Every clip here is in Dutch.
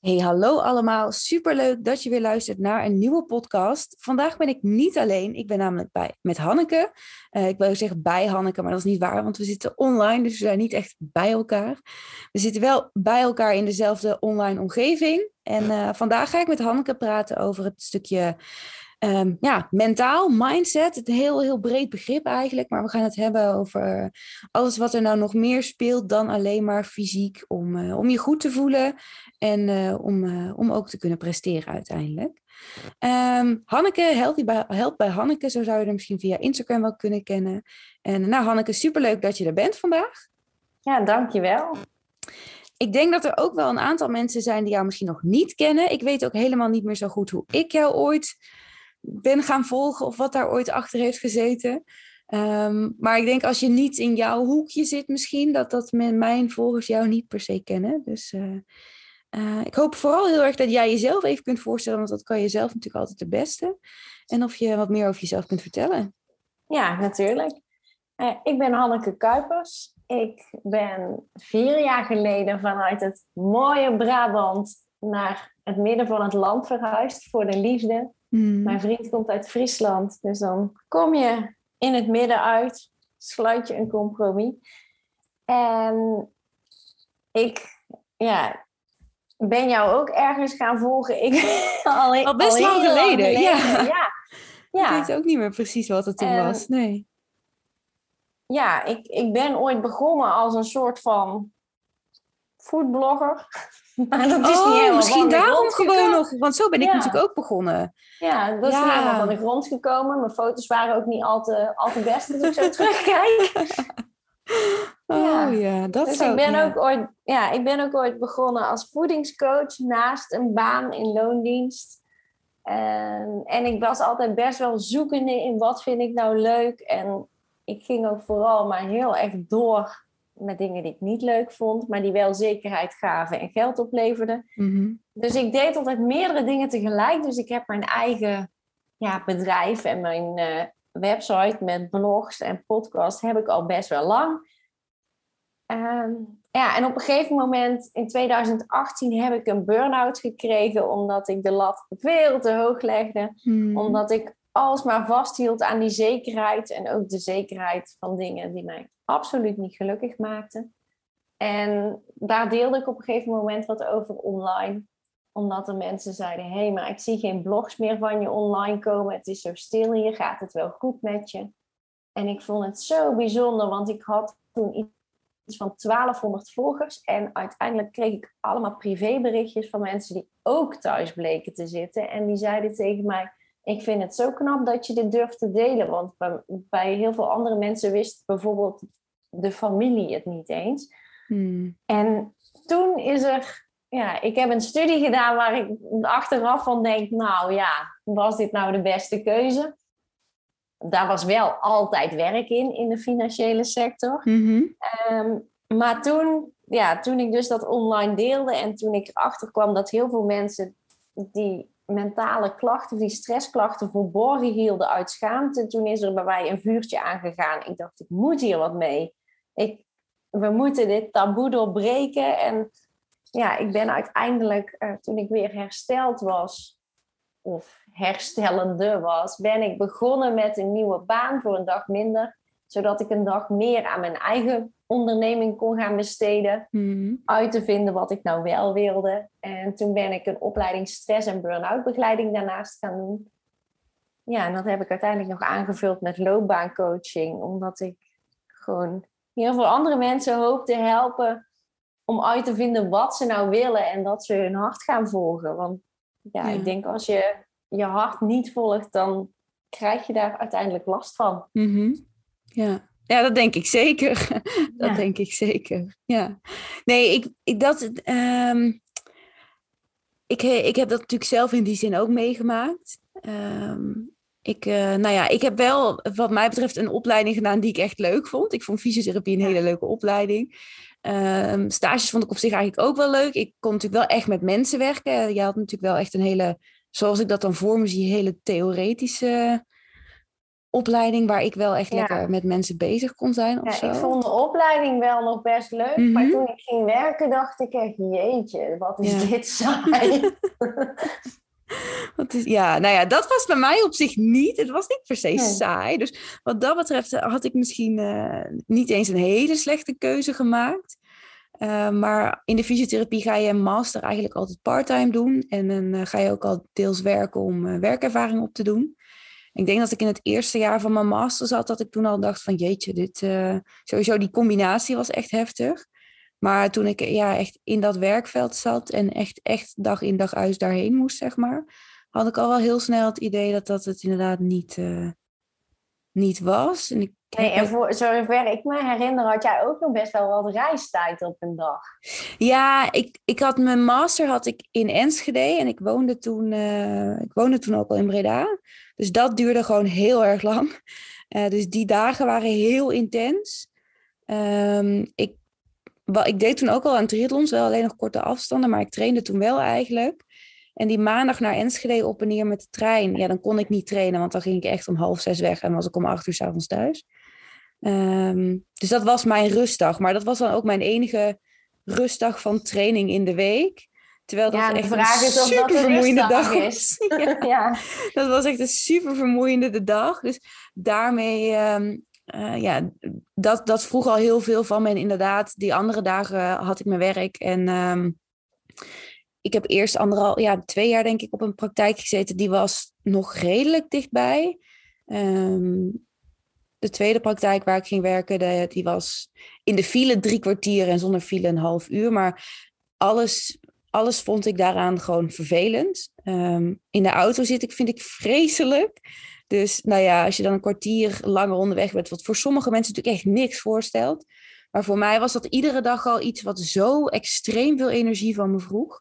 Hey, hallo allemaal. Superleuk dat je weer luistert naar een nieuwe podcast. Vandaag ben ik niet alleen. Ik ben namelijk met Hanneke. Ik wil zeggen bij Hanneke, maar dat is niet waar, want we zitten online, dus we zijn niet echt bij elkaar. We zitten wel bij elkaar in dezelfde online omgeving. En vandaag ga ik met Hanneke praten over het stukje mentaal, mindset. Het heel breed begrip eigenlijk, maar we gaan het hebben over alles wat er nou nog meer speelt dan alleen maar fysiek, om je goed te voelen. En om ook te kunnen presteren uiteindelijk. Hanneke, help bij Hanneke. Zo zou je er misschien via Instagram wel kunnen kennen. En nou Hanneke, superleuk dat je er bent vandaag. Ja, dankjewel. Ik denk dat er ook wel een aantal mensen zijn die jou misschien nog niet kennen. Ik weet ook helemaal niet meer zo goed hoe ik jou ooit ben gaan volgen of wat daar ooit achter heeft gezeten. Maar ik denk als je niet in jouw hoekje zit misschien, dat mijn volgers jou niet per se kennen. Dus ik hoop vooral heel erg dat jij jezelf even kunt voorstellen, want dat kan je zelf natuurlijk altijd het beste. En of je wat meer over jezelf kunt vertellen. Ja, natuurlijk. Ik ben Hanneke Kuipers. Ik ben 4 jaar geleden vanuit het mooie Brabant naar het midden van het land verhuisd voor de liefde. Mijn vriend komt uit Friesland, dus dan kom je in het midden uit, sluit je een compromis. En ik ben jou ook ergens gaan volgen. Al best lang geleden. Ja. Ik weet ook niet meer precies wat het toen was. Nee. Ja, ik ben ooit begonnen als een soort van foodblogger. Maar dat is niet helemaal misschien van de daarom grond gewoon gekomen. nog. Want zo ben ik natuurlijk ook begonnen. Ja, dat is niet helemaal van de grond gekomen. Mijn foto's waren ook niet al te best als ik zo terugkijk. Dat dus zou ik ben ook ooit begonnen als voedingscoach naast een baan in loondienst. En ik was altijd best wel zoekende in wat vind ik nou leuk. En ik ging ook vooral maar heel erg door met dingen die ik niet leuk vond, maar die wel zekerheid gaven en geld opleverden. Mm-hmm. Dus ik deed altijd meerdere dingen tegelijk. Dus ik heb mijn eigen bedrijf en mijn website met blogs en podcasts heb ik al best wel lang. En op een gegeven moment in 2018 heb ik een burn-out gekregen omdat ik de lat veel te hoog legde. Omdat ik alsmaar vasthield aan die zekerheid en ook de zekerheid van dingen die mij absoluut niet gelukkig maakten. En daar deelde ik op een gegeven moment wat over online. Omdat er mensen zeiden, hé, maar ik zie geen blogs meer van je online komen. Het is zo stil hier, gaat het wel goed met je? En ik vond het zo bijzonder, want ik had toen iets van 1200 volgers. En uiteindelijk kreeg ik allemaal privéberichtjes van mensen die ook thuis bleken te zitten. En die zeiden tegen mij, ik vind het zo knap dat je dit durft te delen. Want bij heel veel andere mensen wist bijvoorbeeld de familie het niet eens. En toen is er... ik heb een studie gedaan waar ik achteraf van denk, nou ja, was dit nou de beste keuze? Daar was wel altijd werk in de financiële sector. Mm-hmm. Maar toen ik dus dat online deelde en toen ik erachter kwam dat heel veel mensen die mentale klachten, die stressklachten verborgen hielden uit schaamte, toen is er bij mij een vuurtje aangegaan. Ik dacht, ik moet hier wat mee. We moeten dit taboe doorbreken. En ik ben uiteindelijk, toen ik weer hersteld was, of herstellende was, ben ik begonnen met een nieuwe baan voor een dag minder, zodat ik een dag meer aan mijn eigen onderneming kon gaan besteden, uit te vinden wat ik nou wel wilde. En toen ben ik een opleiding stress- en burn-out begeleiding daarnaast gaan doen. Ja, en dat heb ik uiteindelijk nog aangevuld met loopbaancoaching, omdat ik gewoon heel veel andere mensen hoop te helpen om uit te vinden wat ze nou willen en dat ze hun hart gaan volgen. Want ik denk als je je hart niet volgt, dan krijg je daar uiteindelijk last van. Mm-hmm. Ja, dat denk ik zeker. Dat denk ik zeker. Ja. Nee, ik heb dat natuurlijk zelf in die zin ook meegemaakt. Ik heb wel, wat mij betreft, een opleiding gedaan die ik echt leuk vond. Ik vond fysiotherapie een hele leuke opleiding. Stages vond ik op zich eigenlijk ook wel leuk. Ik kon natuurlijk wel echt met mensen werken. Je had natuurlijk wel echt een hele, zoals ik dat dan voor me zie, hele theoretische opleiding waar ik wel echt lekker met mensen bezig kon zijn of zo. Ik vond de opleiding wel nog best leuk. Mhm. Maar toen ik ging werken, dacht ik echt, jeetje, wat is dit saai. Dat was bij mij op zich niet. Het was niet per se saai. Dus wat dat betreft had ik misschien niet eens een hele slechte keuze gemaakt. Maar in de fysiotherapie ga je een master eigenlijk altijd parttime doen. En dan ga je ook al deels werken om werkervaring op te doen. Ik denk dat ik in het eerste jaar van mijn master zat, dat ik toen al dacht van jeetje, sowieso die combinatie was echt heftig. Maar toen ik echt in dat werkveld zat en echt dag in dag uit daarheen moest, zeg maar, had ik al wel heel snel het idee dat het inderdaad niet was. En voor zover ik me herinner, had jij ook nog best wel wat reistijd op een dag. Ja, ik had mijn master in Enschede en ik woonde toen ook al in Breda. Dus dat duurde gewoon heel erg lang. Dus die dagen waren heel intens. Ik deed toen ook al aan triathlons, wel alleen nog korte afstanden, maar ik trainde toen wel eigenlijk. En die maandag naar Enschede op en neer met de trein, dan kon ik niet trainen, want dan ging ik echt om 5:30 weg en was ik om 8:00 's avonds thuis. Dus dat was mijn rustdag, maar dat was dan ook mijn enige rustdag van training in de week. Terwijl dat echt een super vermoeiende dag was. Ja. Dat was echt een super vermoeiende dag. Dus daarmee, dat vroeg al heel veel van me. En inderdaad, die andere dagen had ik mijn werk. En ik heb eerst 2 jaar denk ik op een praktijk gezeten. Die was nog redelijk dichtbij. De tweede praktijk waar ik ging werken, die was in de file 3 kwartier en zonder file een half uur. Maar alles vond ik daaraan gewoon vervelend. In de auto vind ik vreselijk. Dus als je dan een kwartier langer onderweg bent, wat voor sommige mensen natuurlijk echt niks voorstelt. Maar voor mij was dat iedere dag al iets wat zo extreem veel energie van me vroeg.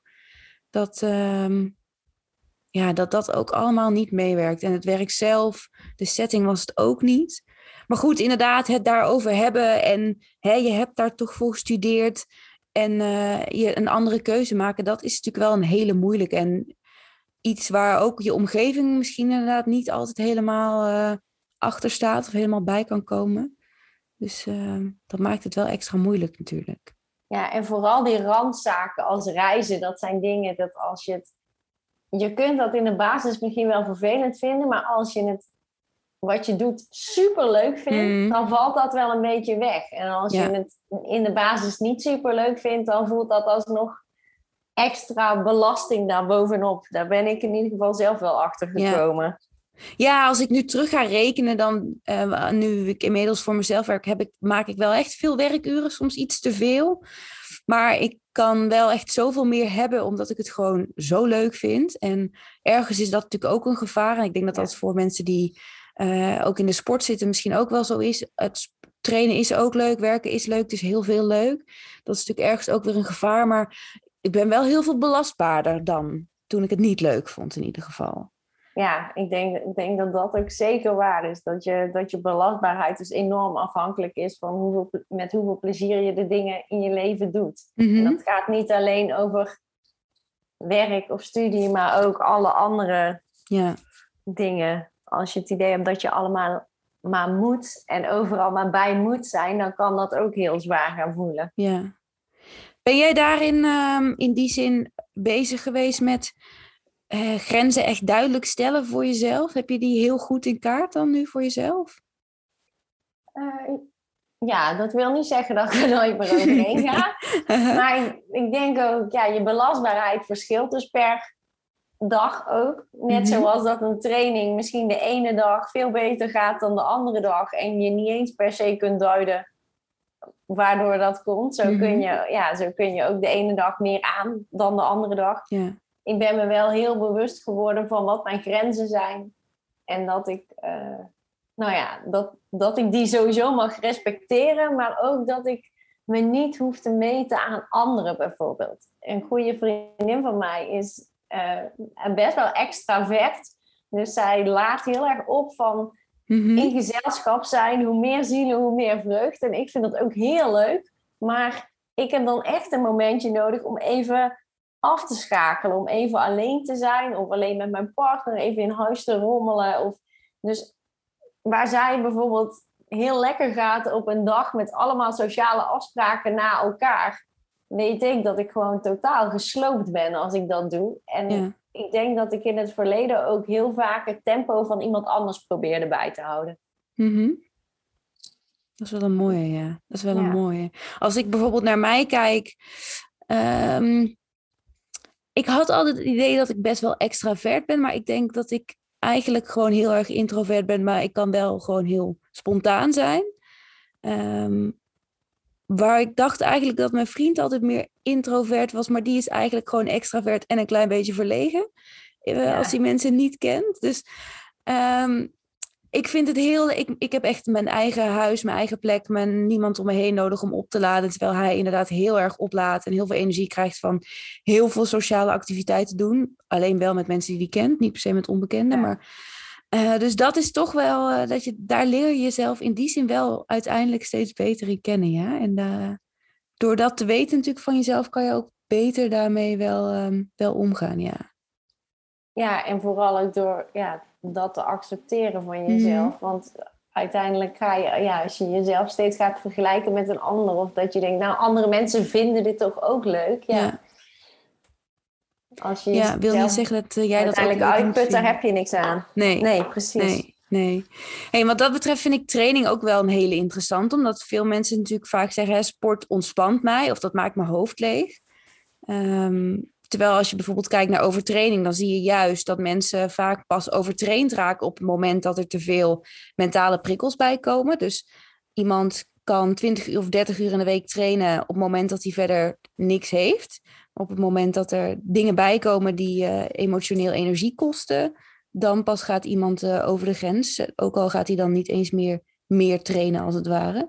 Dat ook allemaal niet meewerkt. En het werk zelf, de setting was het ook niet. Maar goed, inderdaad, het daarover hebben en je hebt daar toch voor gestudeerd en je een andere keuze maken, dat is natuurlijk wel een hele moeilijke en iets waar ook je omgeving misschien inderdaad niet altijd helemaal achter staat of helemaal bij kan komen. Dus dat maakt het wel extra moeilijk natuurlijk. Ja, en vooral die randzaken als reizen, dat zijn dingen dat als je kunt dat in de basis misschien wel vervelend vinden, maar als je wat je doet super leuk vindt, dan valt dat wel een beetje weg. En als je het in de basis niet super leuk vindt, dan voelt dat alsnog extra belasting daarbovenop. Daar ben ik in ieder geval zelf wel achter gekomen. Ja, als ik nu terug ga rekenen, dan nu ik inmiddels voor mezelf werk, maak ik wel echt veel werkuren, soms iets te veel. Maar ik kan wel echt zoveel meer hebben, omdat ik het gewoon zo leuk vind. En ergens is dat natuurlijk ook een gevaar. En ik denk dat dat voor mensen die ook in de sport zitten misschien ook wel zo is. Het trainen is ook leuk, werken is leuk, het is heel veel leuk. Dat is natuurlijk ergens ook weer een gevaar. Maar ik ben wel heel veel belastbaarder dan toen ik het niet leuk vond in ieder geval. Ja, ik denk dat dat ook zeker waar is. Dat je belastbaarheid dus enorm afhankelijk is van met hoeveel plezier je de dingen in je leven doet. Mm-hmm. En dat gaat niet alleen over werk of studie, maar ook alle andere dingen. Als je het idee hebt dat je allemaal maar moet en overal maar bij moet zijn, dan kan dat ook heel zwaar gaan voelen. Ja. Ben jij daarin in die zin bezig geweest met grenzen echt duidelijk stellen voor jezelf? Heb je die heel goed in kaart dan nu voor jezelf? Ja, dat wil niet zeggen dat ik er nooit meer overheen ga. Maar ik denk ook, je belastbaarheid verschilt dus per dag ook. Net zoals dat een training misschien de ene dag veel beter gaat dan de andere dag. En je niet eens per se kunt duiden waardoor dat komt. Zo kun je ook de ene dag meer aan dan de andere dag. Ja. Ik ben me wel heel bewust geworden van wat mijn grenzen zijn. En dat ik, dat ik die sowieso mag respecteren. Maar ook dat ik me niet hoef te meten aan anderen bijvoorbeeld. Een goede vriendin van mij is best wel extravert. Dus zij laat heel erg op van in gezelschap zijn. Hoe meer zielen, hoe meer vreugd. En ik vind dat ook heel leuk. Maar ik heb dan echt een momentje nodig om even af te schakelen. Om even alleen te zijn. Of alleen met mijn partner even in huis te rommelen. Dus waar zij bijvoorbeeld heel lekker gaat op een dag met allemaal sociale afspraken na elkaar, weet ik dat ik gewoon totaal gesloopt ben als ik dat doe. En ik denk dat ik in het verleden ook heel vaak het tempo van iemand anders probeerde bij te houden. Mm-hmm. Dat is wel een mooie, ja. Dat is wel een mooie. Als ik bijvoorbeeld naar mij kijk, ik had altijd het idee dat ik best wel extravert ben, maar ik denk dat ik eigenlijk gewoon heel erg introvert ben, maar ik kan wel gewoon heel spontaan zijn. Waar ik dacht eigenlijk dat mijn vriend altijd meer introvert was, maar die is eigenlijk gewoon extravert en een klein beetje verlegen. Als hij mensen niet kent. Dus ik vind het heel... Ik heb echt mijn eigen huis, mijn eigen plek, niemand om me heen nodig om op te laden. Terwijl hij inderdaad heel erg oplaadt en heel veel energie krijgt van heel veel sociale activiteiten doen. Alleen wel met mensen die hij kent, niet per se met onbekenden. Ja. Maar, dus dat is toch wel... daar leer je jezelf in die zin wel uiteindelijk steeds beter in kennen. Ja? En door dat te weten natuurlijk van jezelf kan je ook beter daarmee wel omgaan. Ja. Ja, en vooral ook door dat te accepteren van jezelf. Want uiteindelijk ga je, als je jezelf steeds gaat vergelijken met een ander, of dat je denkt, nou, andere mensen vinden dit toch ook leuk. Ja. Als je wil niet zeggen dat jij dat uiteindelijk uitput, daar heb je niks aan. Nee, precies. Nee. Hey, wat dat betreft vind ik training ook wel een hele interessant. Omdat veel mensen natuurlijk vaak zeggen, sport ontspant mij of dat maakt mijn hoofd leeg. Terwijl als je bijvoorbeeld kijkt naar overtraining, dan zie je juist dat mensen vaak pas overtraind raken op het moment dat er te veel mentale prikkels bij komen. Dus iemand kan 20 uur of 30 uur in de week trainen op het moment dat hij verder niks heeft. Op het moment dat er dingen bijkomen die emotioneel energie kosten, dan pas gaat iemand over de grens. Ook al gaat hij dan niet eens meer trainen als het ware.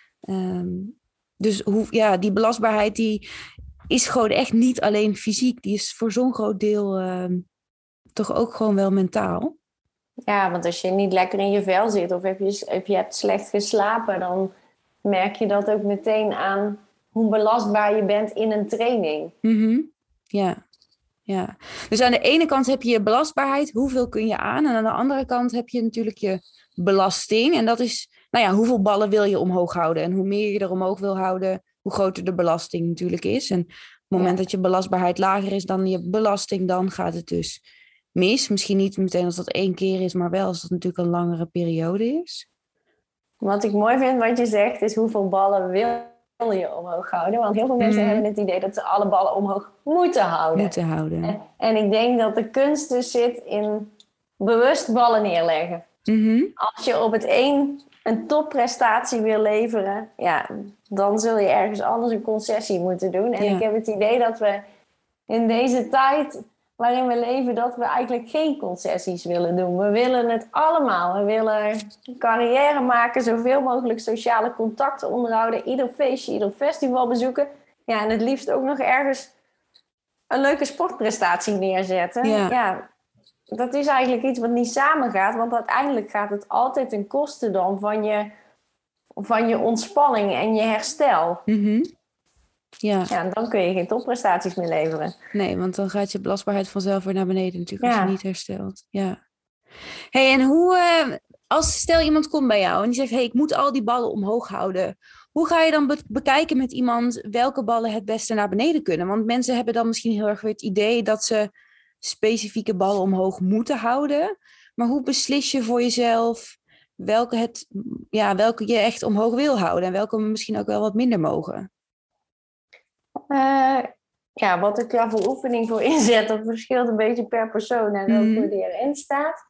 Dus die belastbaarheid die is gewoon echt niet alleen fysiek. Die is voor zo'n groot deel toch ook gewoon wel mentaal. Ja, want als je niet lekker in je vel zit of je hebt slecht geslapen, dan merk je dat ook meteen aan hoe belastbaar je bent in een training. Mm-hmm. Ja. Dus aan de ene kant heb je je belastbaarheid, hoeveel kun je aan? En aan de andere kant heb je natuurlijk je belasting. En dat is, hoeveel ballen wil je omhoog houden? En hoe meer je er omhoog wil houden, hoe groter de belasting natuurlijk is. En op het moment dat je belastbaarheid lager is dan je belasting, dan gaat het dus mis. Misschien niet meteen als dat 1 keer is, maar wel als dat natuurlijk een langere periode is. Wat ik mooi vind wat je zegt, is hoeveel ballen wil je omhoog houden. Want heel veel mensen hebben het idee dat ze alle ballen omhoog moeten houden. En ik denk dat de kunst dus zit in bewust ballen neerleggen. Mm-hmm. Als je op het een topprestatie wil leveren, dan zul je ergens anders een concessie moeten doen. En ik heb het idee dat we in deze tijd waarin we leven, dat we eigenlijk geen concessies willen doen. We willen het allemaal. We willen carrière maken, zoveel mogelijk sociale contacten onderhouden, ieder feestje, ieder festival bezoeken. Ja, en het liefst ook nog ergens een leuke sportprestatie neerzetten. Ja, dat is eigenlijk iets wat niet samengaat, want uiteindelijk gaat het altijd ten koste dan van je ontspanning en je herstel. Mm-hmm. Ja, en dan kun je geen topprestaties meer leveren. Nee, want dan gaat je belastbaarheid vanzelf weer naar beneden natuurlijk als je niet herstelt. Ja. Hey, en stel iemand komt bij jou en die zegt, ik moet al die ballen omhoog houden. Hoe ga je dan bekijken met iemand welke ballen het beste naar beneden kunnen? Want mensen hebben dan misschien heel erg weer het idee dat ze specifieke ballen omhoog moeten houden. Maar hoe beslis je voor jezelf welke je echt omhoog wil houden en welke misschien ook wel wat minder mogen? Wat ik daar voor oefening voor inzet, dat verschilt een beetje per persoon en ook hoe die erin staat.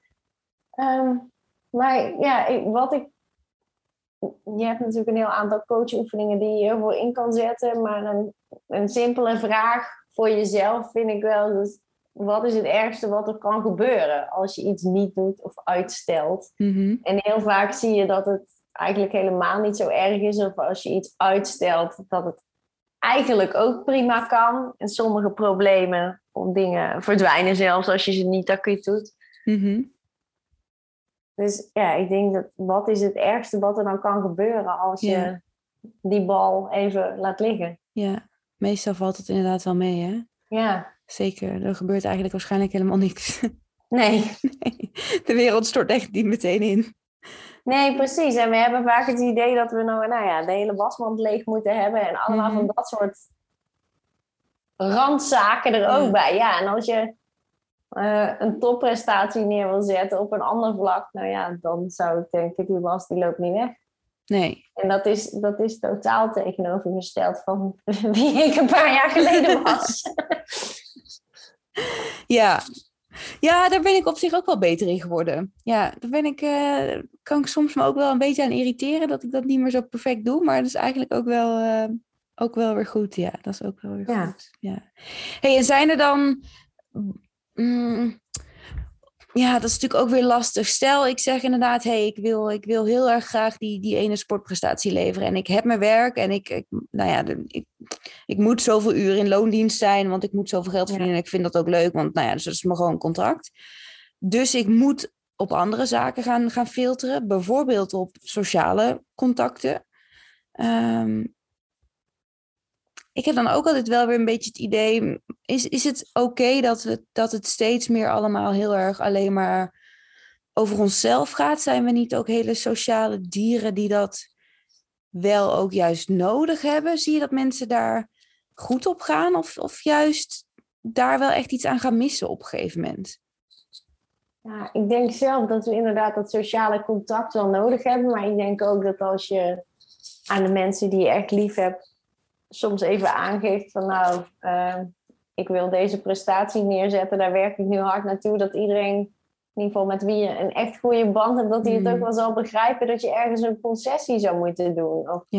Je hebt natuurlijk een heel aantal coachoefeningen die je heel veel in kan zetten, maar een simpele vraag voor jezelf vind ik wel, dus wat is het ergste wat er kan gebeuren als je iets niet doet of uitstelt? Mm-hmm. En heel vaak zie je dat het eigenlijk helemaal niet zo erg is, of als je iets uitstelt, dat het eigenlijk ook prima kan. En sommige problemen of dingen verdwijnen zelfs als je ze niet acuut doet. Mm-hmm. Dus ik denk dat wat is het ergste wat er dan kan gebeuren als je die bal even laat liggen. Ja, meestal valt het inderdaad wel mee, hè? Ja. Zeker, er gebeurt eigenlijk waarschijnlijk helemaal niks. Nee. De wereld stort echt niet meteen in. Nee, precies. En we hebben vaak het idee dat we nou ja, de hele wasmand leeg moeten hebben. En allemaal van dat soort randzaken er ook bij. Ja, en als je een topprestatie neer wil zetten op een ander vlak, nou ja, dan zou ik denken, die was, die loopt niet weg. Nee. En dat is totaal tegenovergesteld van wie ik een paar jaar geleden was. Ja. Ja, daar ben ik op zich ook wel beter in geworden. Ja, daar kan ik soms me ook wel een beetje aan irriteren dat ik dat niet meer zo perfect doe. Maar dat is eigenlijk ook wel weer goed. Ja, dat is ook wel weer goed. Ja. Hey, en zijn er dan... ja, dat is natuurlijk ook weer lastig. Stel, ik zeg inderdaad, hey, ik wil heel erg graag die ene sportprestatie leveren. En ik heb mijn werk en ik moet zoveel uur in loondienst zijn, want ik moet zoveel geld verdienen. En ik vind dat ook leuk, want nou ja, dus dat is maar gewoon een contract. Dus ik moet op andere zaken gaan filteren. Bijvoorbeeld op sociale contacten. Ik heb dan ook altijd wel weer een beetje het idee... Is het oké dat het steeds meer allemaal heel erg alleen maar over onszelf gaat? Zijn we niet ook hele sociale dieren die dat wel ook juist nodig hebben? Zie je dat mensen daar goed op gaan? Of juist daar wel echt iets aan gaan missen op een gegeven moment? Ja, ik denk zelf dat we inderdaad dat sociale contact wel nodig hebben. Maar ik denk ook dat als je aan de mensen die je echt lief hebt soms even aangeeft van nou, ik wil deze prestatie neerzetten, daar werk ik nu hard naartoe, dat iedereen, in ieder geval met wie je een echt goede band hebt, dat hij het ook wel zal begrijpen dat je ergens een concessie zou moeten doen. Of,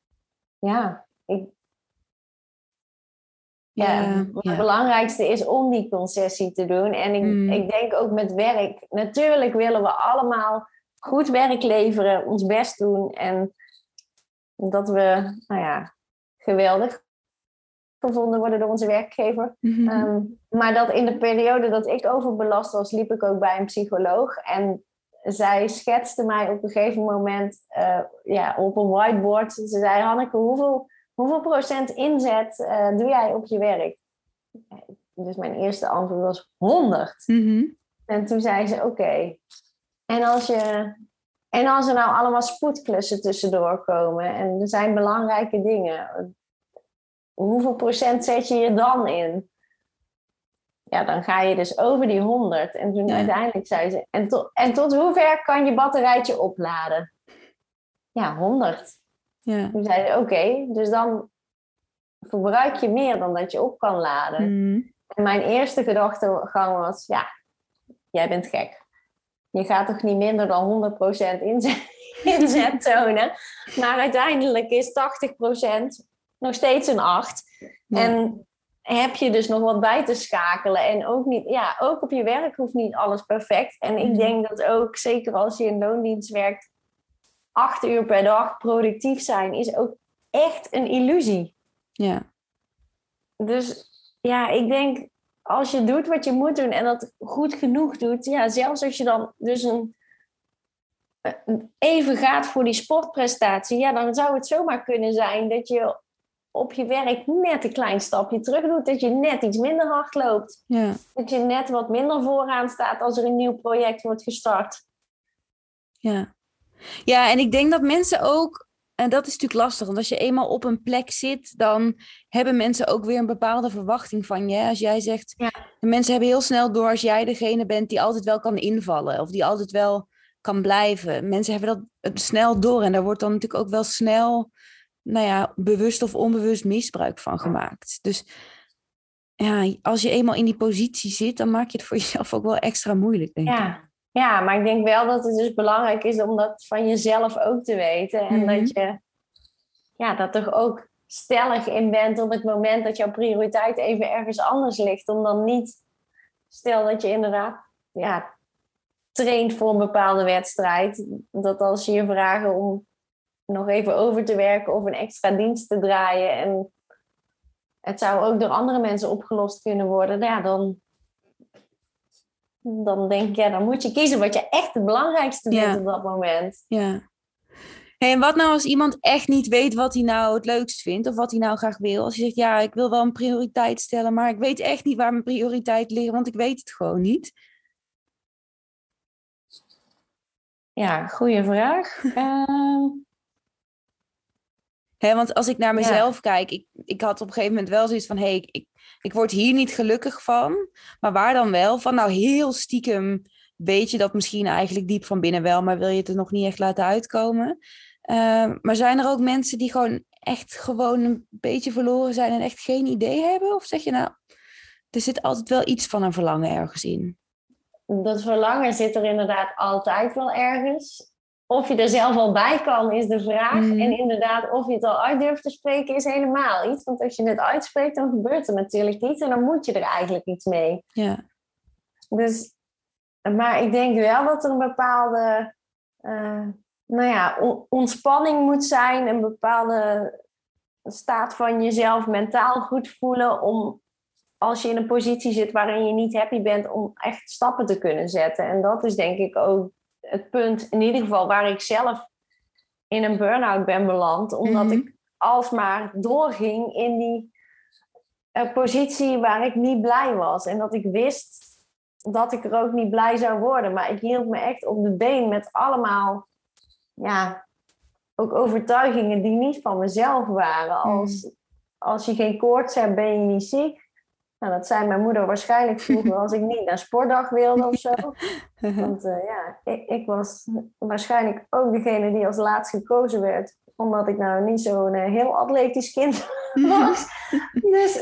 het belangrijkste is om die concessie te doen. En ik denk ook met werk, natuurlijk willen we allemaal goed werk leveren, ons best doen en dat we, nou ja, geweldig gevonden worden door onze werkgever. Maar dat in de periode dat ik overbelast was, liep ik ook bij een psycholoog. En zij schetste mij op een gegeven moment op een whiteboard. Ze zei, Hanneke, hoeveel procent inzet doe jij op je werk? Dus mijn eerste antwoord was 100. En toen zei ze, oké. En als er nou allemaal spoedklussen tussendoor komen en er zijn belangrijke dingen, hoeveel procent zet je je dan in? Ja, dan ga je dus over die 100. En toen uiteindelijk zei ze, en tot hoever kan je batterijtje opladen? Ja, 100. Ja. Toen zei ze, oké, dus dan verbruik je meer dan dat je op kan laden. En mijn eerste gedachtegang was, ja, jij bent gek. Je gaat toch niet minder dan 100% inzet tonen. Maar uiteindelijk is 80% nog steeds een 8. Ja. En heb je dus nog wat bij te schakelen. En ook op je werk hoeft niet alles perfect. En ik denk dat ook, zeker als je in loondienst werkt, 8 uur per dag productief zijn is ook echt een illusie. Ja. Dus ja, ik denk, als je doet wat je moet doen en dat goed genoeg doet, ja, zelfs als je dan dus even gaat voor die sportprestatie, ja, dan zou het zomaar kunnen zijn dat je op je werk net een klein stapje terug doet, dat je net iets minder hard loopt. Ja. Dat je net wat minder vooraan staat als er een nieuw project wordt gestart. Ja, en ik denk dat mensen ook, en dat is natuurlijk lastig, want als je eenmaal op een plek zit, dan hebben mensen ook weer een bepaalde verwachting van je. Als jij zegt, de mensen hebben heel snel door als jij degene bent die altijd wel kan invallen, of die altijd wel kan blijven. Mensen hebben dat snel door en daar wordt dan natuurlijk ook wel snel, nou ja, bewust of onbewust misbruik van gemaakt. Dus ja, als je eenmaal in die positie zit, dan maak je het voor jezelf ook wel extra moeilijk, denk ik. Ja, maar ik denk wel dat het dus belangrijk is om dat van jezelf ook te weten. En dat je dat er ook stellig in bent op het moment dat jouw prioriteit even ergens anders ligt. Om dan niet, stel dat je inderdaad traint voor een bepaalde wedstrijd. Dat als je je vragen om nog even over te werken of een extra dienst te draaien. En het zou ook door andere mensen opgelost kunnen worden. Ja, dan denk ik, dan moet je kiezen wat je echt het belangrijkste vindt op dat moment. Ja. Hey, en wat nou als iemand echt niet weet wat hij nou het leukst vindt of wat hij nou graag wil? Als je zegt, ik wil wel een prioriteit stellen, maar ik weet echt niet waar mijn prioriteit ligt, want ik weet het gewoon niet. Ja, goede vraag. Want als ik naar mezelf kijk, ik had op een gegeven moment wel zoiets van, ik word hier niet gelukkig van. Maar waar dan wel? Van nou heel stiekem weet je dat misschien eigenlijk diep van binnen wel, maar wil je het er nog niet echt laten uitkomen. Maar zijn er ook mensen die gewoon een beetje verloren zijn en echt geen idee hebben? Of zeg je nou, er zit altijd wel iets van een verlangen ergens in? Dat verlangen zit er inderdaad altijd wel ergens. Of je er zelf al bij kan, is de vraag. En inderdaad, of je het al uit durft te spreken, is helemaal iets. Want als je het uitspreekt, dan gebeurt er natuurlijk iets. En dan moet je er eigenlijk iets mee. Ja. Dus, maar ik denk wel dat er een bepaalde ontspanning moet zijn. Een bepaalde staat van jezelf mentaal goed voelen. Om als je in een positie zit waarin je niet happy bent, om echt stappen te kunnen zetten. En dat is denk ik ook het punt, in ieder geval waar ik zelf in een burn-out ben beland. Omdat ik alsmaar doorging in die positie waar ik niet blij was. En dat ik wist dat ik er ook niet blij zou worden. Maar ik hield me echt op de been met allemaal, ook overtuigingen die niet van mezelf waren. Als je geen koorts hebt, ben je niet ziek. Nou, dat zei mijn moeder waarschijnlijk vroeger als ik niet naar sportdag wilde of zo. Want ik was waarschijnlijk ook degene die als laatst gekozen werd. Omdat ik nou niet zo'n heel atletisch kind was. Dus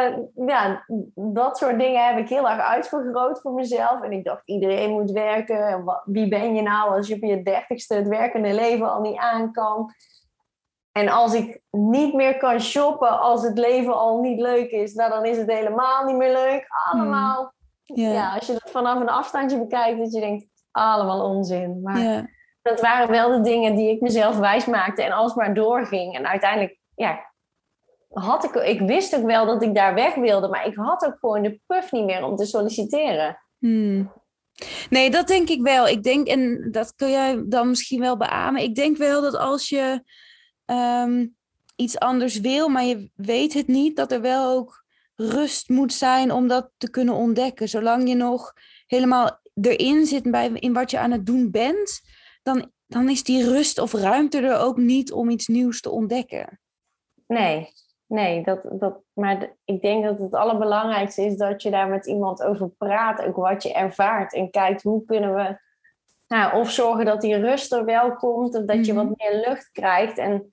dat soort dingen heb ik heel erg uitvergroot voor mezelf. En ik dacht, iedereen moet werken. En wie ben je nou als je op je 30ste het werkende leven al niet aan kan? En als ik niet meer kan shoppen, als het leven al niet leuk is, nou, dan is het helemaal niet meer leuk. Allemaal. Ja, als je dat vanaf een afstandje bekijkt, dat je denkt, allemaal onzin. Maar dat waren wel de dingen die ik mezelf wijs maakte en alsmaar doorging. En uiteindelijk, ik wist ook wel dat ik daar weg wilde, maar ik had ook gewoon de puff niet meer om te solliciteren. Nee, dat denk ik wel. Ik denk, en dat kun jij dan misschien wel beamen. Ik denk wel dat als je iets anders wil, maar je weet het niet, dat er wel ook rust moet zijn om dat te kunnen ontdekken. Zolang je nog helemaal erin zit in wat je aan het doen bent, dan is die rust of ruimte er ook niet om iets nieuws te ontdekken. Nee, maar ik denk dat het allerbelangrijkste is dat je daar met iemand over praat, ook wat je ervaart en kijkt hoe kunnen we of zorgen dat die rust er wel komt of dat je wat meer lucht krijgt. En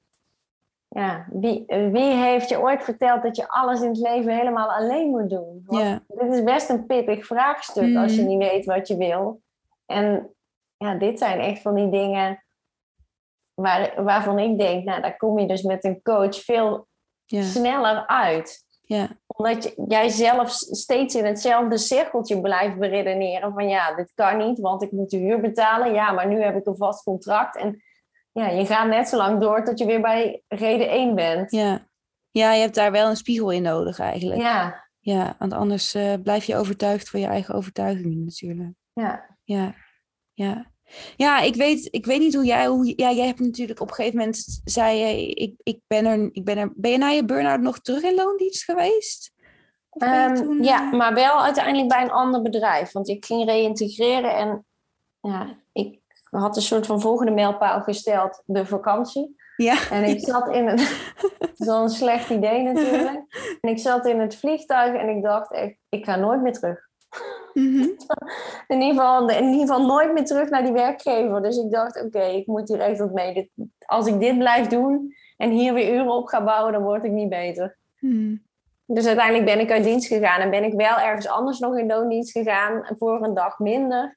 wie heeft je ooit verteld dat je alles in het leven helemaal alleen moet doen? Want dit is best een pittig vraagstuk als je niet weet wat je wil. En dit zijn echt van die dingen waarvan ik denk, daar kom je dus met een coach veel sneller uit. Omdat jij zelf steeds in hetzelfde cirkeltje blijft beredeneren van dit kan niet, want ik moet de huur betalen. Ja, maar nu heb ik een vast contract. En je gaat net zo lang door tot je weer bij reden 1 bent. Ja, je hebt daar wel een spiegel in nodig eigenlijk. Ja, want anders blijf je overtuigd van je eigen overtuigingen natuurlijk. Ja, ik weet niet hoe jij hebt natuurlijk op een gegeven moment zei je, ben je na je burn-out nog terug in loondienst geweest? Maar wel uiteindelijk bij een ander bedrijf. Want ik ging reïntegreren en ik had een soort van volgende mijlpaal gesteld, de vakantie. Ja. En ik zat in het... Dat is wel een slecht idee natuurlijk. En ik zat in het vliegtuig en ik dacht echt, ik ga nooit meer terug. In ieder geval nooit meer terug naar die werkgever. Dus ik dacht, oké, ik moet hier echt wat mee. Als ik dit blijf doen en hier weer uren op ga bouwen, dan word ik niet beter. Dus uiteindelijk ben ik uit dienst gegaan en ben ik wel ergens anders nog in loondienst gegaan voor een dag minder.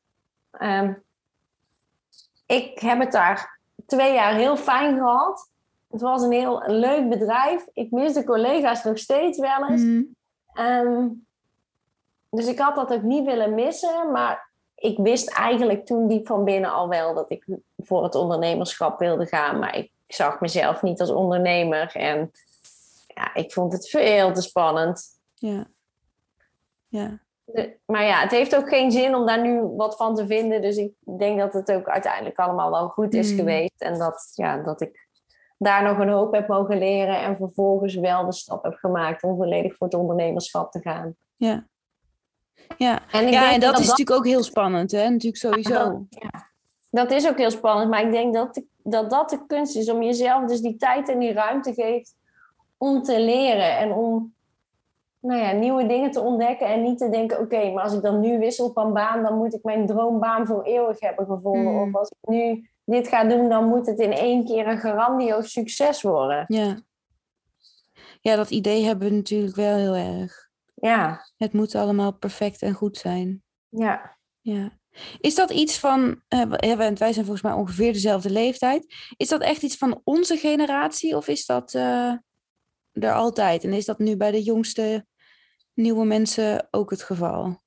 Ik heb het daar 2 jaar heel fijn gehad. Het was een heel leuk bedrijf. Ik mis de collega's nog steeds wel eens. Dus ik had dat ook niet willen missen. Maar ik wist eigenlijk toen diep van binnen al wel dat ik voor het ondernemerschap wilde gaan. Maar ik zag mezelf niet als ondernemer. En ik vond het veel te spannend. Maar het heeft ook geen zin om daar nu wat van te vinden. Dus ik denk dat het ook uiteindelijk allemaal wel goed is geweest. En dat ik daar nog een hoop heb mogen leren. En vervolgens wel de stap heb gemaakt om volledig voor het ondernemerschap te gaan. En dat is natuurlijk ook heel spannend, hè? Natuurlijk sowieso. Dat is ook heel spannend, maar ik denk dat de kunst is om jezelf dus die tijd en die ruimte geeft om te leren en om nieuwe dingen te ontdekken en niet te denken, oké, maar als ik dan nu wissel van baan, dan moet ik mijn droombaan voor eeuwig hebben gevonden. Of als ik nu dit ga doen, dan moet het in 1 keer een grandioos succes worden. Ja, dat idee hebben we natuurlijk wel heel erg. Ja. Het moet allemaal perfect en goed zijn. Ja. Is dat iets van, wij zijn volgens mij ongeveer dezelfde leeftijd. Is dat echt iets van onze generatie of is dat er altijd? En is dat nu bij de jongste nieuwe mensen ook het geval?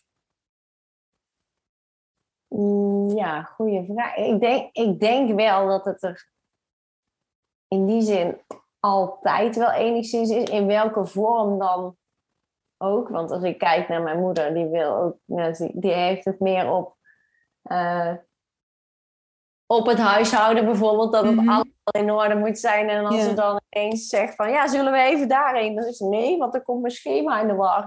Ja, goede vraag. Ik denk wel dat het er in die zin altijd wel enigszins is. In welke vorm dan ook. Want als ik kijk naar mijn moeder, die wil ook, die heeft het meer op het huishouden bijvoorbeeld, dat het allemaal in orde moet zijn. En als ze dan ineens zegt van, ja, zullen we even daarheen? Dan is het nee, want dan komt mijn schema in de war.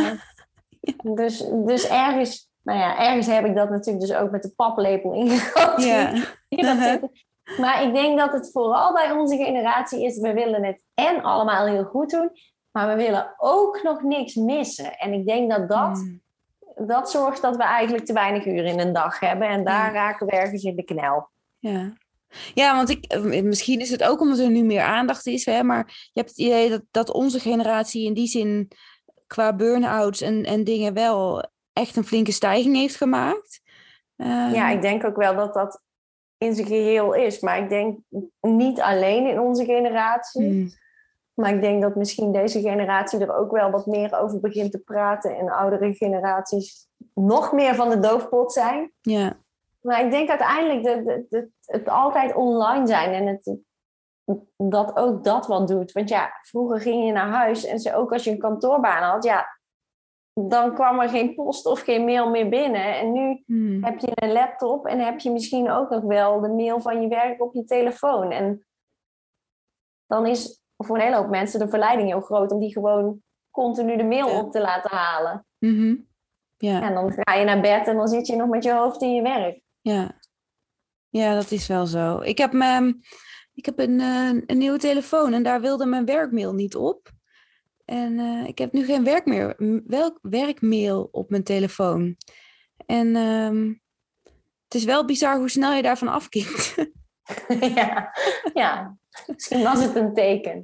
Dus ergens heb ik dat natuurlijk dus ook met de paplepel ingegoten. Ja. Maar ik denk dat het vooral bij onze generatie is, we willen het en allemaal heel goed doen, maar we willen ook nog niks missen. En ik denk dat zorgt dat we eigenlijk te weinig uren in een dag hebben. En daar raken we ergens in de knel. Ja, want misschien is het ook omdat er nu meer aandacht is. Hè, maar je hebt het idee dat onze generatie in die zin qua burn-outs en dingen wel echt een flinke stijging heeft gemaakt. Ja, ik denk ook wel dat dat in zijn geheel is. Maar ik denk niet alleen in onze generatie. Maar ik denk dat misschien deze generatie er ook wel wat meer over begint te praten. En oudere generaties nog meer van de doofpot zijn. Ja. Maar ik denk uiteindelijk het altijd online zijn. En dat ook dat wat doet. Want ja, vroeger ging je naar huis. En ook als je een kantoorbaan had, dan kwam er geen post of geen mail meer binnen. En nu heb je een laptop en heb je misschien ook nog wel de mail van je werk op je telefoon. En dan is voor een hele hoop mensen de verleiding heel groot om die gewoon continu de mail op te laten halen. En dan ga je naar bed en dan zit je nog met je hoofd in je werk. Ja, dat is wel zo. Ik heb een nieuwe telefoon en daar wilde mijn werkmail niet op. En ik heb nu geen werkmail op mijn telefoon. En het is wel bizar hoe snel je daarvan afkikt. Ja, misschien was het een teken.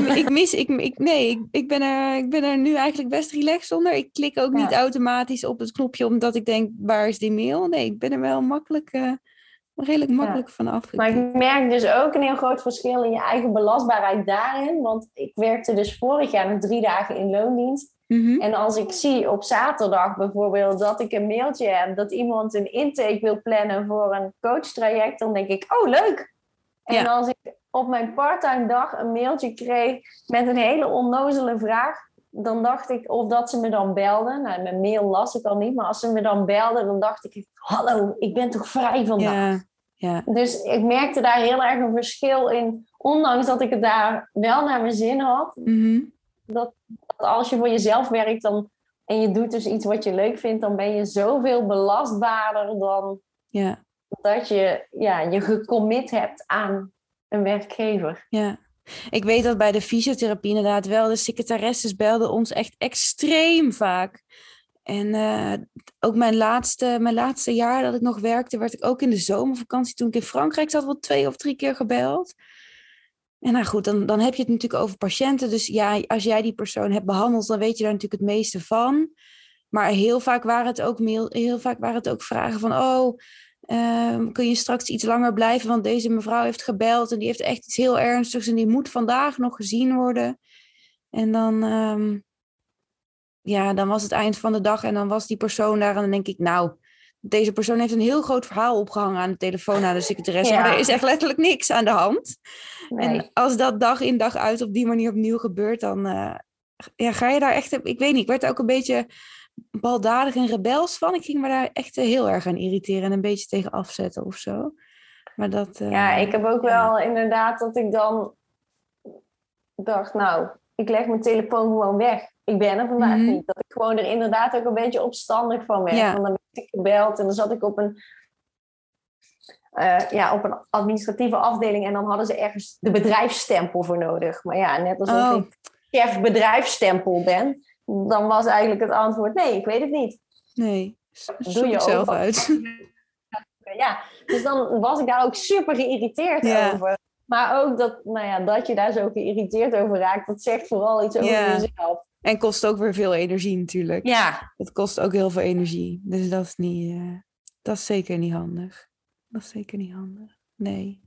Ik ben er nu eigenlijk best relaxed onder. Ik klik ook niet automatisch op het knopje omdat ik denk, waar is die mail? Nee, ik ben er wel redelijk makkelijk van afgekikt. Maar ik merk dus ook een heel groot verschil in je eigen belastbaarheid daarin. Want ik werkte dus vorig jaar nog 3 dagen in loondienst. En als ik zie op zaterdag bijvoorbeeld dat ik een mailtje heb dat iemand een intake wil plannen voor een coachtraject, dan denk ik, oh leuk! En als ik op mijn parttime dag een mailtje kreeg met een hele onnozele vraag, dan dacht ik, of dat ze me dan belden. Nou, mijn mail las ik al niet, maar als ze me dan belden, dan dacht ik, hallo, ik ben toch vrij vandaag? Ja. Dus ik merkte daar heel erg een verschil in, ondanks dat ik het daar wel naar mijn zin had. Dat als je voor jezelf werkt en je doet dus iets wat je leuk vindt, dan ben je zoveel belastbaarder dan dat je je gecommit hebt aan een werkgever. Ja. Ik weet dat bij de fysiotherapie inderdaad wel, de secretaresses belden ons echt extreem vaak. En ook mijn laatste jaar dat ik nog werkte, werd ik ook in de zomervakantie, toen ik in Frankrijk zat, wel 2 of 3 keer gebeld. En nou goed, dan heb je het natuurlijk over patiënten. Dus ja, als jij die persoon hebt behandeld, dan weet je daar natuurlijk het meeste van. Maar heel vaak waren het ook vragen van, kun je straks iets langer blijven? Want deze mevrouw heeft gebeld en die heeft echt iets heel ernstigs en die moet vandaag nog gezien worden. En dan was het eind van de dag en dan was die persoon daar en dan denk ik, nou, deze persoon heeft een heel groot verhaal opgehangen aan de telefoon aan de secretaresse, maar er is echt letterlijk niks aan de hand. Nee. En als dat dag in dag uit op die manier opnieuw gebeurt, dan ga je daar echt, ik weet niet, ik werd er ook een beetje baldadig en rebels van. Ik ging me daar echt heel erg aan irriteren en een beetje tegen afzetten of zo. Maar dat... ik heb ook wel inderdaad dat ik dan dacht, nou, ik leg mijn telefoon gewoon weg. Ik ben er vandaag niet. Dat ik gewoon er inderdaad ook een beetje opstandig van werd. Want dan werd ik gebeld en dan zat ik op een op een administratieve afdeling. En dan hadden ze ergens de bedrijfsstempel voor nodig. Maar ja, net alsof ik chef bedrijfsstempel ben. Dan was eigenlijk het antwoord, nee, ik weet het niet. Nee, doe je zelf ook uit. Ja, dus dan was ik daar ook super geïrriteerd over. Maar ook dat je daar zo geïriteerd over raakt, dat zegt vooral iets over jezelf. En kost ook weer veel energie natuurlijk. Ja. Het kost ook heel veel energie. Dus dat is niet, dat is zeker niet handig. Dat is zeker niet handig. Nee.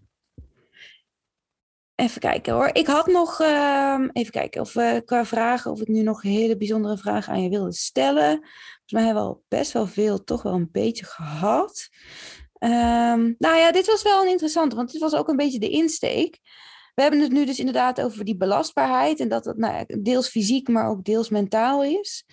Even kijken hoor. Ik had nog, even kijken of we qua vragen, of ik nu nog hele bijzondere vragen aan je wilde stellen. Volgens mij hebben we al best wel veel, toch wel een beetje gehad. Nou ja, dit was wel een interessante, want dit was ook een beetje de insteek. We hebben het nu dus inderdaad over die belastbaarheid en dat het deels fysiek, maar ook deels mentaal is.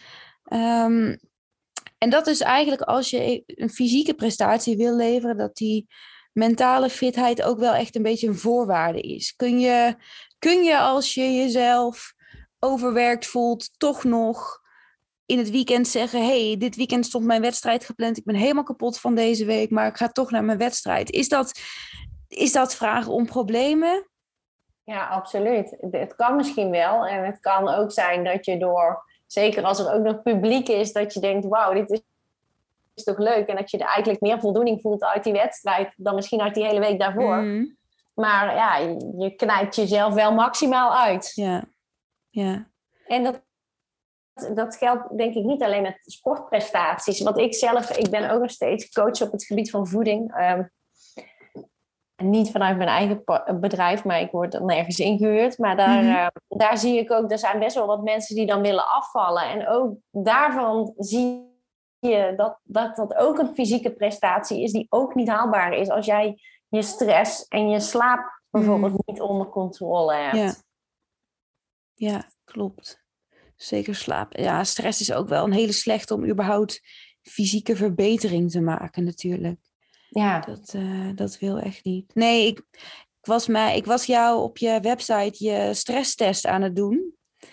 En dat is eigenlijk als je een fysieke prestatie wil leveren, dat die mentale fitheid ook wel echt een beetje een voorwaarde is. Kun je als je jezelf overwerkt voelt, toch nog in het weekend zeggen, hey, dit weekend stond mijn wedstrijd gepland, ik ben helemaal kapot van deze week, maar ik ga toch naar mijn wedstrijd. Is dat vragen om problemen? Ja, absoluut. Het kan misschien wel. En het kan ook zijn dat je door, zeker als er ook nog publiek is, dat je denkt, wauw, dit is toch leuk. En dat je er eigenlijk meer voldoening voelt uit die wedstrijd dan misschien uit die hele week daarvoor. Mm. Maar ja, je knijpt jezelf wel maximaal uit. Ja. En dat geldt denk ik niet alleen met sportprestaties. Want ik ben ook nog steeds coach op het gebied van voeding. Niet vanuit mijn eigen bedrijf, maar ik word dan ergens ingehuurd. Maar daar zie ik ook, er zijn best wel wat mensen die dan willen afvallen. En ook daarvan zie je dat ook een fysieke prestatie is die ook niet haalbaar is als jij je stress en je slaap bijvoorbeeld niet onder controle hebt. Ja, klopt. Zeker slaap. Ja, stress is ook wel een hele slechte om überhaupt fysieke verbetering te maken natuurlijk. Ja. Dat wil echt niet. Nee, ik was jou op je website je stresstest aan het doen.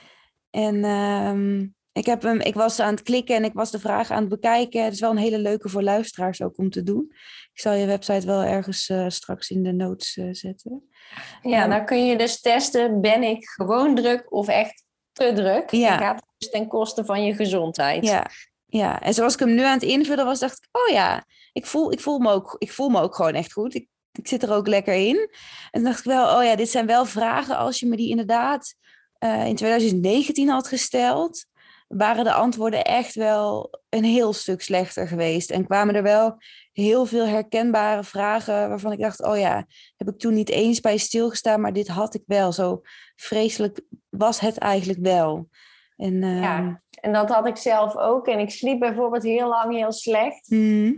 En ik was aan het klikken en ik was de vraag aan het bekijken. Het is wel een hele leuke voor luisteraars ook om te doen. Ik zal je website wel ergens straks in de notes zetten. Ja, dan kun je dus testen, ben ik gewoon druk of echt te druk? Ja. En gaat dus ten koste van je gezondheid. Ja, en zoals ik hem nu aan het invullen was, dacht ik, oh ja, ik voel me ook gewoon echt goed. Ik zit er ook lekker in. En toen dacht ik wel, oh ja, dit zijn wel vragen, als je me die inderdaad in 2019 had gesteld, waren de antwoorden echt wel een heel stuk slechter geweest. En kwamen er wel heel veel herkenbare vragen waarvan ik dacht, oh ja, heb ik toen niet eens bij stilgestaan, maar dit had ik wel. Zo vreselijk was het eigenlijk wel. Ja, en dat had ik zelf ook. En ik sliep bijvoorbeeld heel lang heel slecht.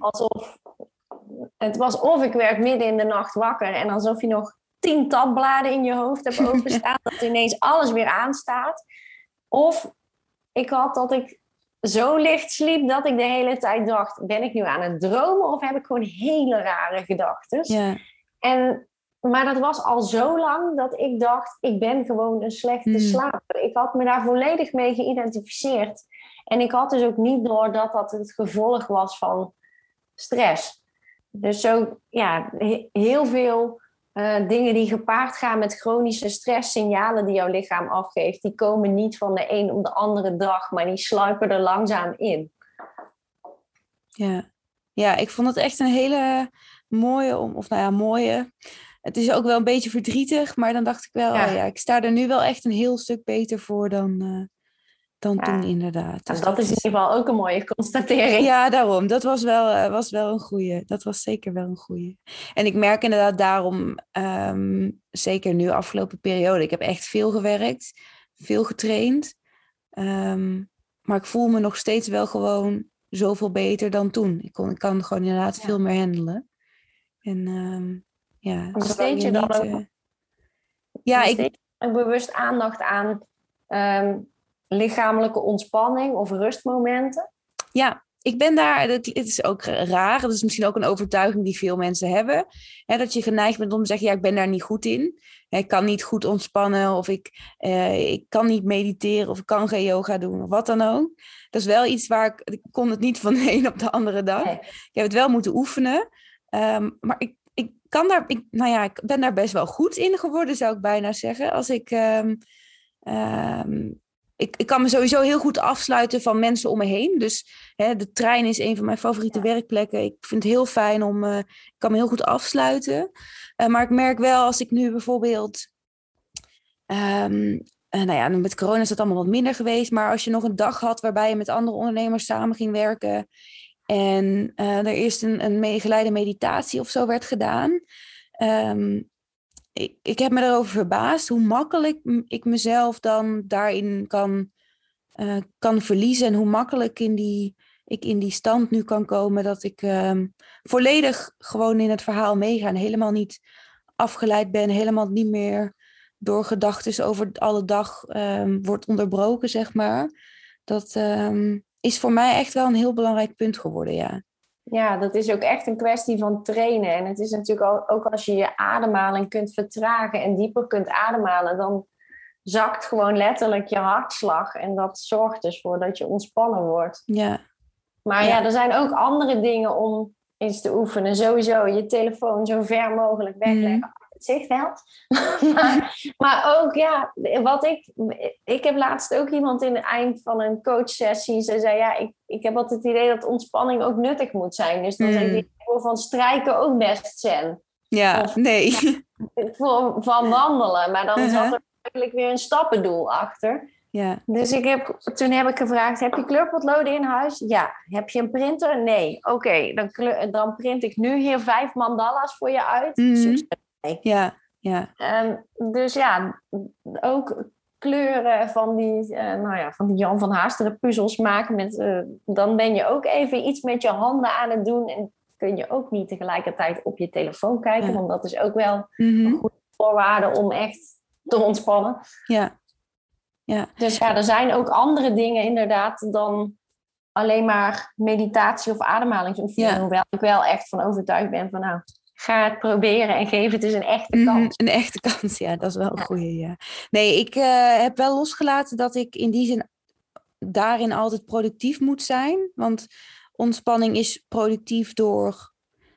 Het was of ik werd midden in de nacht wakker en alsof je nog 10 tabbladen in je hoofd hebt openstaan, dat ineens alles weer aanstaat. Of ik had dat ik zo licht sliep dat ik de hele tijd dacht, ben ik nu aan het dromen of heb ik gewoon hele rare gedachten? Ja. Maar dat was al zo lang dat ik dacht, ik ben gewoon een slechte slaper. Ik had me daar volledig mee geïdentificeerd. En ik had dus ook niet door dat dat het gevolg was van stress. Dus zo, ja, heel veel dingen die gepaard gaan met chronische stresssignalen die jouw lichaam afgeeft, die komen niet van de een op de andere dag, maar die sluipen er langzaam in. Ja, ik vond het echt een hele mooie. Het is ook wel een beetje verdrietig, maar dan dacht ik wel, oh ja, ik sta er nu wel echt een heel stuk beter voor dan toen inderdaad. Dus dat is in ieder geval ook een mooie constatering. Ja, daarom. Dat was wel een goeie. Dat was zeker wel een goeie. En ik merk inderdaad daarom, zeker nu afgelopen periode, ik heb echt veel gewerkt, veel getraind. Maar ik voel me nog steeds wel gewoon zoveel beter dan toen. Ik kan gewoon inderdaad veel meer handelen. En besteed je dan ook bewust aandacht aan lichamelijke ontspanning of rustmomenten? Ja, ik ben daar, het is ook raar, dat is misschien ook een overtuiging die veel mensen hebben, hè, dat je geneigd bent om te zeggen, ja, ik ben daar niet goed in. Ik kan niet goed ontspannen of ik kan niet mediteren of ik kan geen yoga doen of wat dan ook. Dat is wel iets waar ik kon het niet van de een op de andere dag. Nee. Ik heb het wel moeten oefenen, maar ik ik ben daar best wel goed in geworden, zou ik bijna zeggen. Als ik kan me sowieso heel goed afsluiten van mensen om me heen. Dus de trein is een van mijn favoriete werkplekken. Ik vind het heel fijn ik kan me heel goed afsluiten. Maar ik merk wel als ik nu bijvoorbeeld... met corona is dat allemaal wat minder geweest. Maar als je nog een dag had waarbij je met andere ondernemers samen ging werken... en er eerst een geleide meditatie of zo werd gedaan... Ik heb me erover verbaasd hoe makkelijk ik mezelf dan daarin kan verliezen. En hoe makkelijk ik in die stand nu kan komen dat ik volledig gewoon in het verhaal meega. En helemaal niet afgeleid ben, helemaal niet meer door gedachten over alle dag wordt onderbroken, zeg maar. Dat is voor mij echt wel een heel belangrijk punt geworden, ja. Ja, dat is ook echt een kwestie van trainen. En het is natuurlijk ook als je je ademhaling kunt vertragen en dieper kunt ademhalen, dan zakt gewoon letterlijk je hartslag. En dat zorgt dus voor dat je ontspannen wordt. Ja. Maar ja, er zijn ook andere dingen om eens te oefenen. Sowieso je telefoon zo ver mogelijk wegleggen. Het zichtveld. maar ook, ja, ik heb laatst ook iemand in het eind van een coachsessie. Ze zei, ja, ik heb altijd het idee dat ontspanning ook nuttig moet zijn. Dus dan zeg ik van strijken ook best zen. Ja, nee. Van wandelen. Maar dan zat er eigenlijk weer een stappendoel achter. Ja. Dus toen heb ik gevraagd, heb je kleurpotloden in huis? Ja. Heb je een printer? Nee. Oké, dan print ik nu hier 5 mandala's voor je uit. Succes. Nee. Ja. Dus ja, ook kleuren van die Jan van Haasteren puzzels maken. Dan ben je ook even iets met je handen aan het doen. En kun je ook niet tegelijkertijd op je telefoon kijken. Want dat is ook wel een goede voorwaarde om echt te ontspannen. Ja. Dus ja, er zijn ook andere dingen inderdaad dan alleen maar meditatie of ademhalingsoefening. Ja. Hoewel ik wel echt van overtuigd ben van nou, ga het proberen en geef het dus een echte kans. Een echte kans, ja, dat is wel een goeie, ja. Nee, ik heb wel losgelaten dat ik in die zin daarin altijd productief moet zijn. Want ontspanning is productief door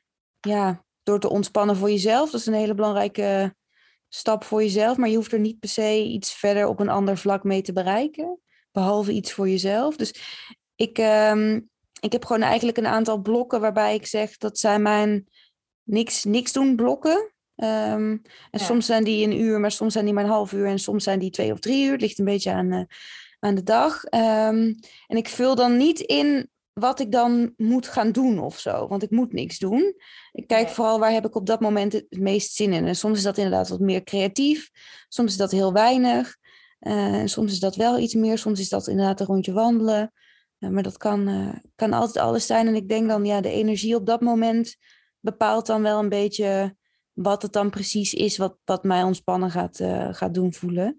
te ontspannen voor jezelf. Dat is een hele belangrijke stap voor jezelf. Maar je hoeft er niet per se iets verder op een ander vlak mee te bereiken. Behalve iets voor jezelf. Dus ik heb gewoon eigenlijk een aantal blokken waarbij ik zeg dat zijn mijn niks doen blokken. Soms zijn die 1 uur, maar soms zijn die maar een half uur. En soms zijn die 2 of 3 uur. Het ligt een beetje aan de dag. En ik vul dan niet in wat ik dan moet gaan doen of zo. Want ik moet niks doen. Ik kijk vooral waar heb ik op dat moment het meest zin in. En soms is dat inderdaad wat meer creatief. Soms is dat heel weinig. En soms is dat wel iets meer. Soms is dat inderdaad een rondje wandelen. Maar dat kan altijd alles zijn. En ik denk dan, ja, de energie op dat moment bepaalt dan wel een beetje wat het dan precies is wat mij ontspannen gaat doen voelen.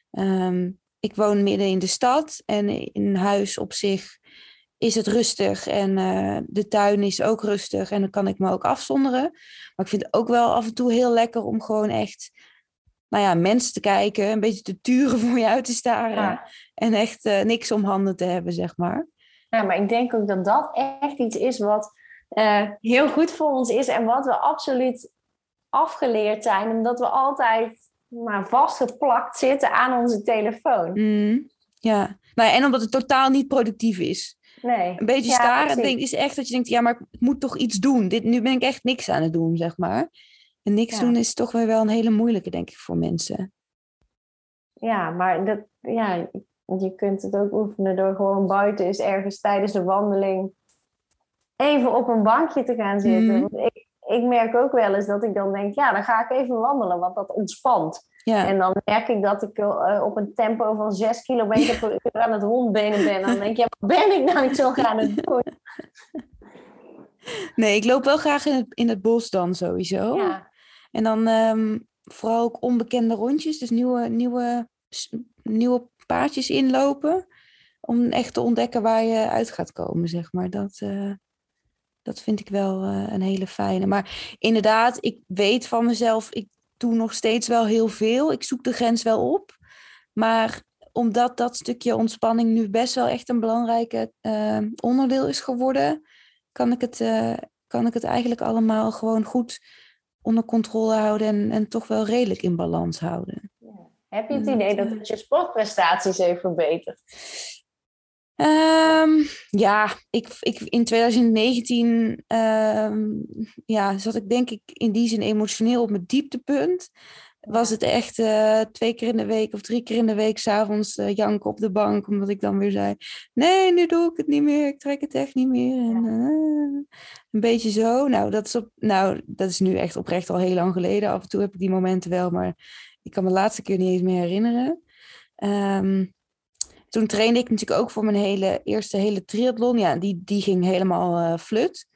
Ik woon midden in de stad en in huis op zich is het rustig en de tuin is ook rustig en dan kan ik me ook afzonderen. Maar ik vind het ook wel af en toe heel lekker om gewoon echt mensen te kijken, een beetje te turen voor je uit te staren en echt niks om handen te hebben, zeg maar. Ja, maar ik denk ook dat dat echt iets is wat heel goed voor ons is en wat we absoluut afgeleerd zijn, omdat we altijd maar vastgeplakt zitten aan onze telefoon. Ja, en omdat het totaal niet productief is. Nee. Een beetje staren is echt dat je denkt, ja, maar ik moet toch iets doen. Nu ben ik echt niks aan het doen, zeg maar. En niks doen is toch weer wel een hele moeilijke, denk ik, voor mensen. Ja, maar je kunt het ook oefenen door gewoon buiten eens ergens tijdens de wandeling even op een bankje te gaan zitten. Want ik merk ook wel eens dat ik dan denk, ja, dan ga ik even wandelen, want dat ontspant. Ja. En dan merk ik dat ik op een tempo van 6 kilometer per uur aan het rondbenen ben. Dan denk ik, ja, wat ben ik nou zo gaan het doen? Nee, ik loop wel graag in het bos dan sowieso. Ja. En dan vooral ook onbekende rondjes, dus nieuwe paadjes inlopen. Om echt te ontdekken waar je uit gaat komen, zeg maar. Dat vind ik wel een hele fijne. Maar inderdaad, ik weet van mezelf, ik doe nog steeds wel heel veel. Ik zoek de grens wel op. Maar omdat dat stukje ontspanning nu best wel echt een belangrijke onderdeel is geworden, kan ik het eigenlijk allemaal gewoon goed onder controle houden en toch wel redelijk in balans houden. Ja. Heb je het idee dat het je sportprestaties heeft verbeterd? Ja, ik in 2019 zat ik denk ik in die zin emotioneel op mijn dieptepunt. Was het echt 2 keer in de week of 3 keer in de week 's avonds janken op de bank, omdat ik dan weer zei, nee, nu doe ik het niet meer, ik trek het echt niet meer. En, een beetje zo. Dat is nu echt oprecht al heel lang geleden. Af en toe heb ik die momenten wel, maar ik kan me de laatste keer niet eens meer herinneren. Toen trainde ik natuurlijk ook voor mijn eerste hele triathlon. Ja, die ging helemaal flut.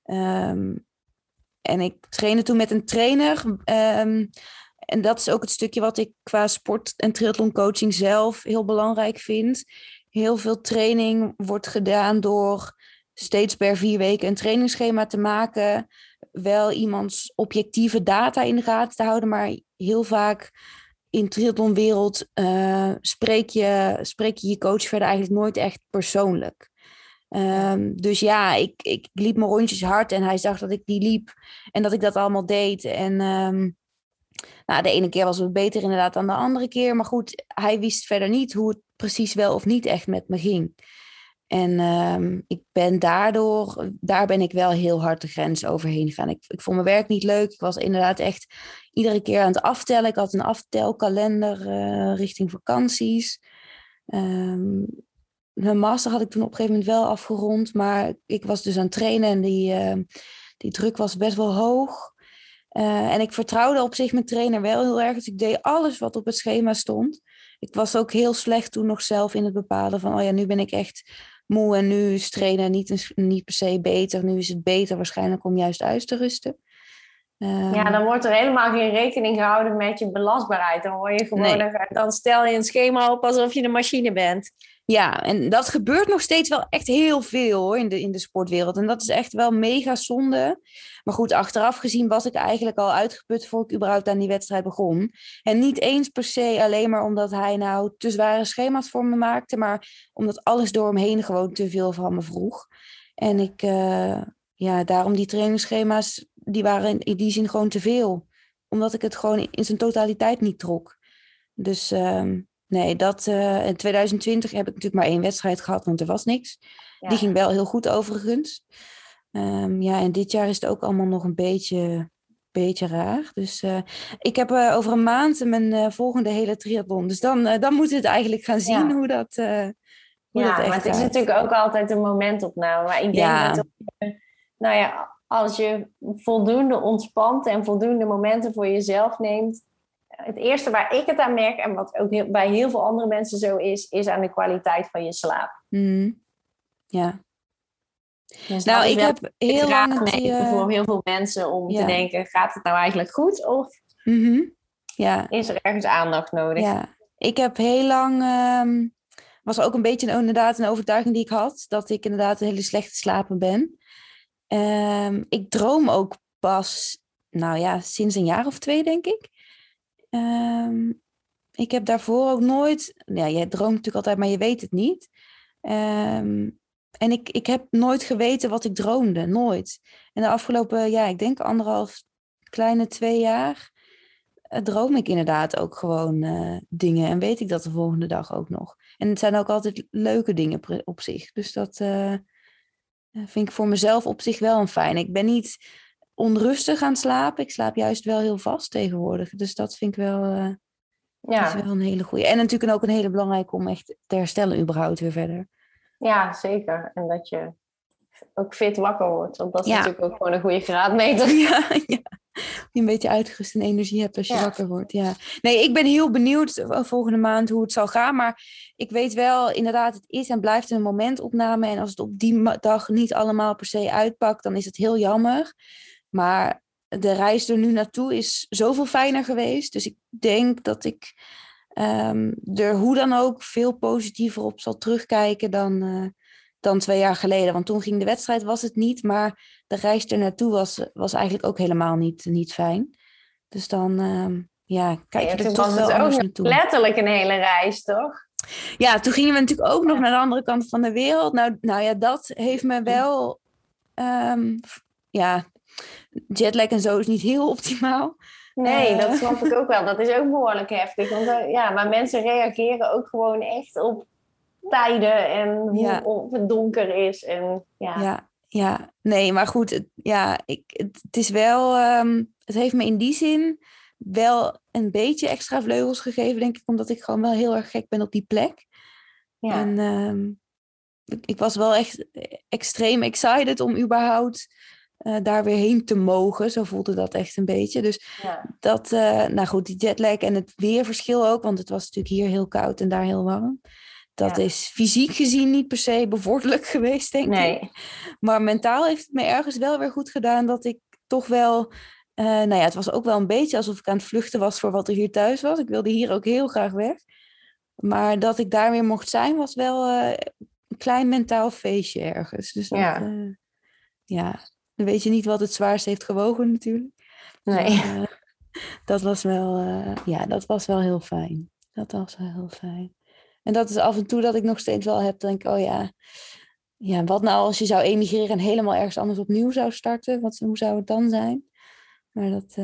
En ik trainde toen met een trainer. En dat is ook het stukje wat ik qua sport- en triathloncoaching zelf heel belangrijk vind. Heel veel training wordt gedaan door steeds per 4 weken een trainingsschema te maken. Wel iemands objectieve data in de gaten te houden, maar heel vaak in triathlonwereld spreek je coach verder eigenlijk nooit echt persoonlijk. Dus ja, ik liep mijn rondjes hard en hij zag dat ik die liep en dat ik dat allemaal deed. En de ene keer was het beter inderdaad dan de andere keer. Maar goed, hij wist verder niet hoe het precies wel of niet echt met me ging. En ik ben daar ben ik wel heel hard de grens overheen gegaan. Ik vond mijn werk niet leuk. Ik was inderdaad echt iedere keer aan het aftellen. Ik had een aftelkalender richting vakanties. Mijn master had ik toen op een gegeven moment wel afgerond. Maar ik was dus aan het trainen en die druk was best wel hoog. En ik vertrouwde op zich mijn trainer wel heel erg. Dus ik deed alles wat op het schema stond. Ik was ook heel slecht toen nog zelf in het bepalen van, oh ja, nu ben ik echt moe en nu is trainen niet per se beter. Nu is het beter waarschijnlijk om juist uit te rusten. Dan wordt er helemaal geen rekening gehouden met je belastbaarheid. Dan word je gewoon, dan stel je een schema op alsof je een machine bent. Ja, en dat gebeurt nog steeds wel echt heel veel hoor, in de sportwereld. En dat is echt wel mega zonde. Maar goed, achteraf gezien was ik eigenlijk al uitgeput voor ik überhaupt aan die wedstrijd begon. En niet eens per se alleen maar omdat hij nou te zware schema's voor me maakte, maar omdat alles door hem heen gewoon te veel van me vroeg. En ik, daarom die trainingsschema's, die waren in die zin gewoon te veel. Omdat ik het gewoon in zijn totaliteit niet trok. Dus nee, in 2020 heb ik natuurlijk maar 1 wedstrijd gehad, want er was niks. Ja. Die ging wel heel goed overigens. En dit jaar is het ook allemaal nog een beetje raar. Dus ik heb over een maand mijn volgende hele triathlon. Dus dan moeten we het eigenlijk gaan zien hoe dat echt maar het is natuurlijk ook altijd een momentopname. Maar ik denk dat als je voldoende ontspant en voldoende momenten voor jezelf neemt. Het eerste waar ik het aan merk, en wat ook bij heel veel andere mensen zo is aan de kwaliteit van je slaap. Ja. Dus ik heb heel lang voor heel veel mensen om te denken, gaat het nou eigenlijk goed? Of is er ergens aandacht nodig? Ja, ik heb heel lang, was ook een beetje inderdaad een overtuiging die ik had, dat ik inderdaad een hele slechte slaper ben. Ik droom ook pas, sinds een jaar of 2 denk ik. Ik heb daarvoor ook nooit... Ja, jij droomt natuurlijk altijd, maar je weet het niet. En ik heb nooit geweten wat ik droomde. Nooit. En de afgelopen, ik denk 2 jaar... droom ik inderdaad ook gewoon dingen. En weet ik dat de volgende dag ook nog. En het zijn ook altijd leuke dingen op zich. Dus dat vind ik voor mezelf op zich wel een fijn. Ik ben niet onrustig aan het slapen. Ik slaap juist wel heel vast tegenwoordig. Dus dat vind ik wel... Dat is wel een hele goeie. En natuurlijk ook een hele belangrijke om echt te herstellen überhaupt weer verder. Ja, zeker. En dat je ook fit wakker wordt. Want dat is natuurlijk ook gewoon een goede graadmeter. Ja. Je een beetje uitgerust en energie hebt als je wakker wordt. Ja. Nee, ik ben heel benieuwd volgende maand hoe het zal gaan. Maar ik weet wel, inderdaad, het is en blijft een momentopname. En als het op die dag niet allemaal per se uitpakt, dan is het heel jammer. Maar de reis er nu naartoe is zoveel fijner geweest. Dus ik denk dat ik er hoe dan ook veel positiever op zal terugkijken dan 2 jaar geleden. Want toen ging de wedstrijd, was het niet. Maar de reis er naartoe was eigenlijk ook helemaal niet fijn. Dus dan kijk je er toch wel anders naartoe. Letterlijk een hele reis, toch? Ja, toen gingen we natuurlijk ook nog naar de andere kant van de wereld. Nou ja, dat heeft me wel... jetlag en zo is niet heel optimaal. Nee, dat snap ik ook wel. Dat is ook behoorlijk heftig. Want maar mensen reageren ook gewoon echt op tijden en hoe het donker is. En, ja. Nee, maar goed. Het is wel... het heeft me in die zin wel een beetje extra vleugels gegeven, denk ik. Omdat ik gewoon wel heel erg gek ben op die plek. Ja. En ik was wel echt extreem excited om überhaupt daar weer heen te mogen. Zo voelde dat echt een beetje. Dus dat, nou goed, die jetlag en het weerverschil ook. Want het was natuurlijk hier heel koud en daar heel warm. Dat is fysiek gezien niet per se bevorderlijk geweest, denk ik. Maar mentaal heeft het me ergens wel weer goed gedaan dat ik toch wel... het was ook wel een beetje alsof ik aan het vluchten was voor wat er hier thuis was. Ik wilde hier ook heel graag weg. Maar dat ik daar weer mocht zijn was wel een klein mentaal feestje ergens. Dus dat, dan weet je niet wat het zwaarst heeft gewogen natuurlijk. Nee. Maar, dat was wel heel fijn. Dat was wel heel fijn. En dat is af en toe dat ik nog steeds wel heb, denk wat nou als je zou emigreren en helemaal ergens anders opnieuw zou starten? Hoe zou het dan zijn? Maar dat,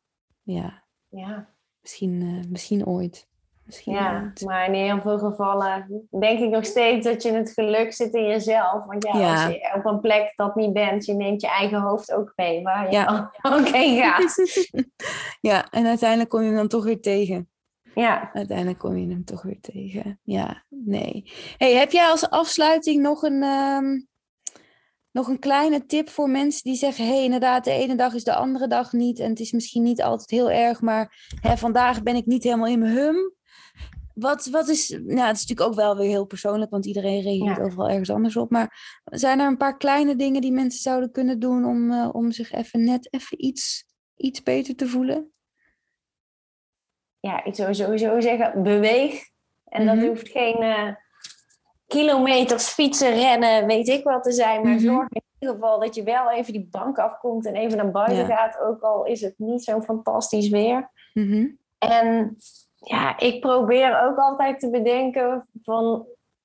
misschien ooit. Maar in heel veel gevallen denk ik nog steeds dat je het geluk zit in jezelf. Want als je op een plek dat niet bent, je neemt je eigen hoofd ook mee waar je ook heen gaat. Ja, en uiteindelijk kom je hem dan toch weer tegen. Ja. Uiteindelijk kom je hem toch weer tegen. Ja, nee. Hey, heb jij als afsluiting nog een kleine tip voor mensen die zeggen... hey, inderdaad, de ene dag is de andere dag niet... en het is misschien niet altijd heel erg... maar vandaag ben ik niet helemaal in mijn hum. Wat is... Nou, het is natuurlijk ook wel weer heel persoonlijk... want iedereen reageert overal ergens anders op. Maar zijn er een paar kleine dingen die mensen zouden kunnen doen... om zich even iets beter te voelen? Ja, ik zou sowieso zeggen, beweeg. En dat hoeft geen kilometers fietsen, rennen, weet ik wat te zijn. Maar zorg in ieder geval dat je wel even die bank afkomt en even naar buiten gaat. Ook al is het niet zo fantastisch weer. En ik probeer ook altijd te bedenken van...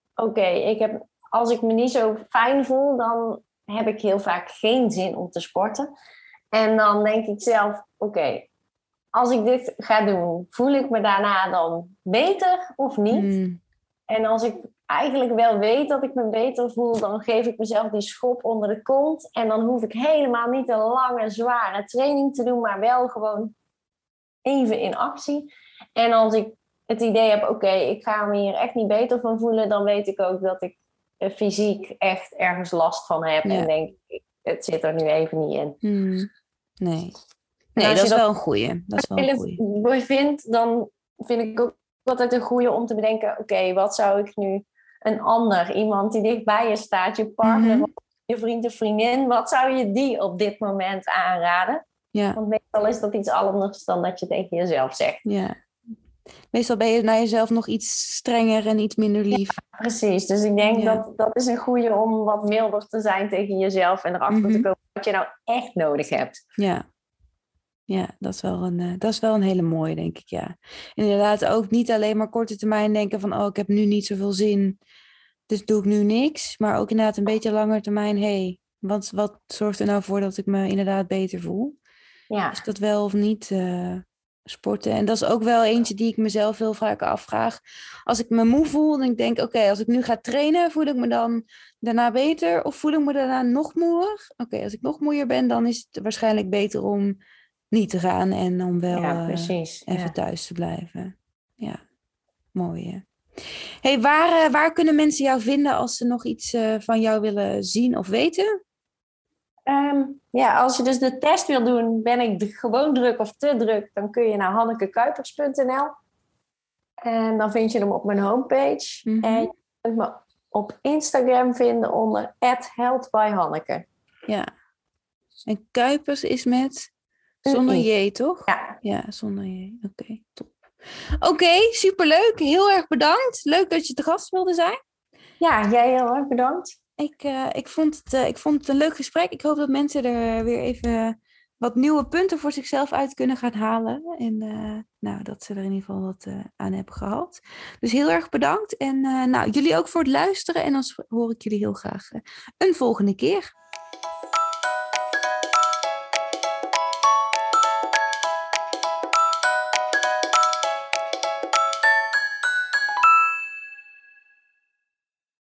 als ik me niet zo fijn voel, dan heb ik heel vaak geen zin om te sporten. En dan denk ik zelf, als ik dit ga doen, voel ik me daarna dan beter of niet? En als ik eigenlijk wel weet dat ik me beter voel, dan geef ik mezelf die schop onder de kont. En dan hoef ik helemaal niet een lange, zware training te doen, maar wel gewoon even in actie. En als ik het idee heb, ik ga me hier echt niet beter van voelen, dan weet ik ook dat ik fysiek echt ergens last van heb. En denk ik, het zit er nu even niet in. Nee. Nee, dat is wel een goeie. Dat is wel een goeie. Dan vind ik ook altijd een goeie om te bedenken... wat zou ik nu een ander, iemand die dichtbij je staat... je partner, je vriend of vriendin... wat zou je die op dit moment aanraden? Ja. Want meestal is dat iets anders dan dat je tegen jezelf zegt. Ja. Meestal ben je naar jezelf nog iets strenger en iets minder lief. Ja, precies. Dus ik denk dat is een goeie om wat milder te zijn tegen jezelf... en erachter te komen wat je nou echt nodig hebt. Ja, dat is wel een hele mooie, denk ik, ja. Inderdaad, ook niet alleen maar korte termijn denken van... ik heb nu niet zoveel zin, dus doe ik nu niks. Maar ook inderdaad een beetje langer termijn... wat zorgt er nou voor dat ik me inderdaad beter voel? Ja. Is dat wel of niet sporten? En dat is ook wel eentje die ik mezelf heel vaak afvraag. Als ik me moe voel, dan denk ik... als ik nu ga trainen, voel ik me dan daarna beter? Of voel ik me daarna nog moeier? Als ik nog moeier ben, dan is het waarschijnlijk beter om... niet te gaan en om wel even thuis te blijven. Ja, mooi hè. Hey, waar kunnen mensen jou vinden als ze nog iets van jou willen zien of weten? Als je dus de test wil doen, ben ik gewoon druk of te druk, dan kun je naar hannekekuipers.nl en dan vind je hem op mijn homepage. En je kunt me op Instagram vinden onder @healthbyhanneke. Ja, en Kuipers is met... Zonder J, toch? Ja. Ja, zonder J. Oké, top. Oké, superleuk. Heel erg bedankt. Leuk dat je te gast wilde zijn. Ja, jij heel erg bedankt. Ik vond het een leuk gesprek. Ik hoop dat mensen er weer even wat nieuwe punten voor zichzelf uit kunnen gaan halen. En dat ze er in ieder geval wat aan hebben gehad. Dus heel erg bedankt. En jullie ook voor het luisteren. En dan hoor ik jullie heel graag een volgende keer.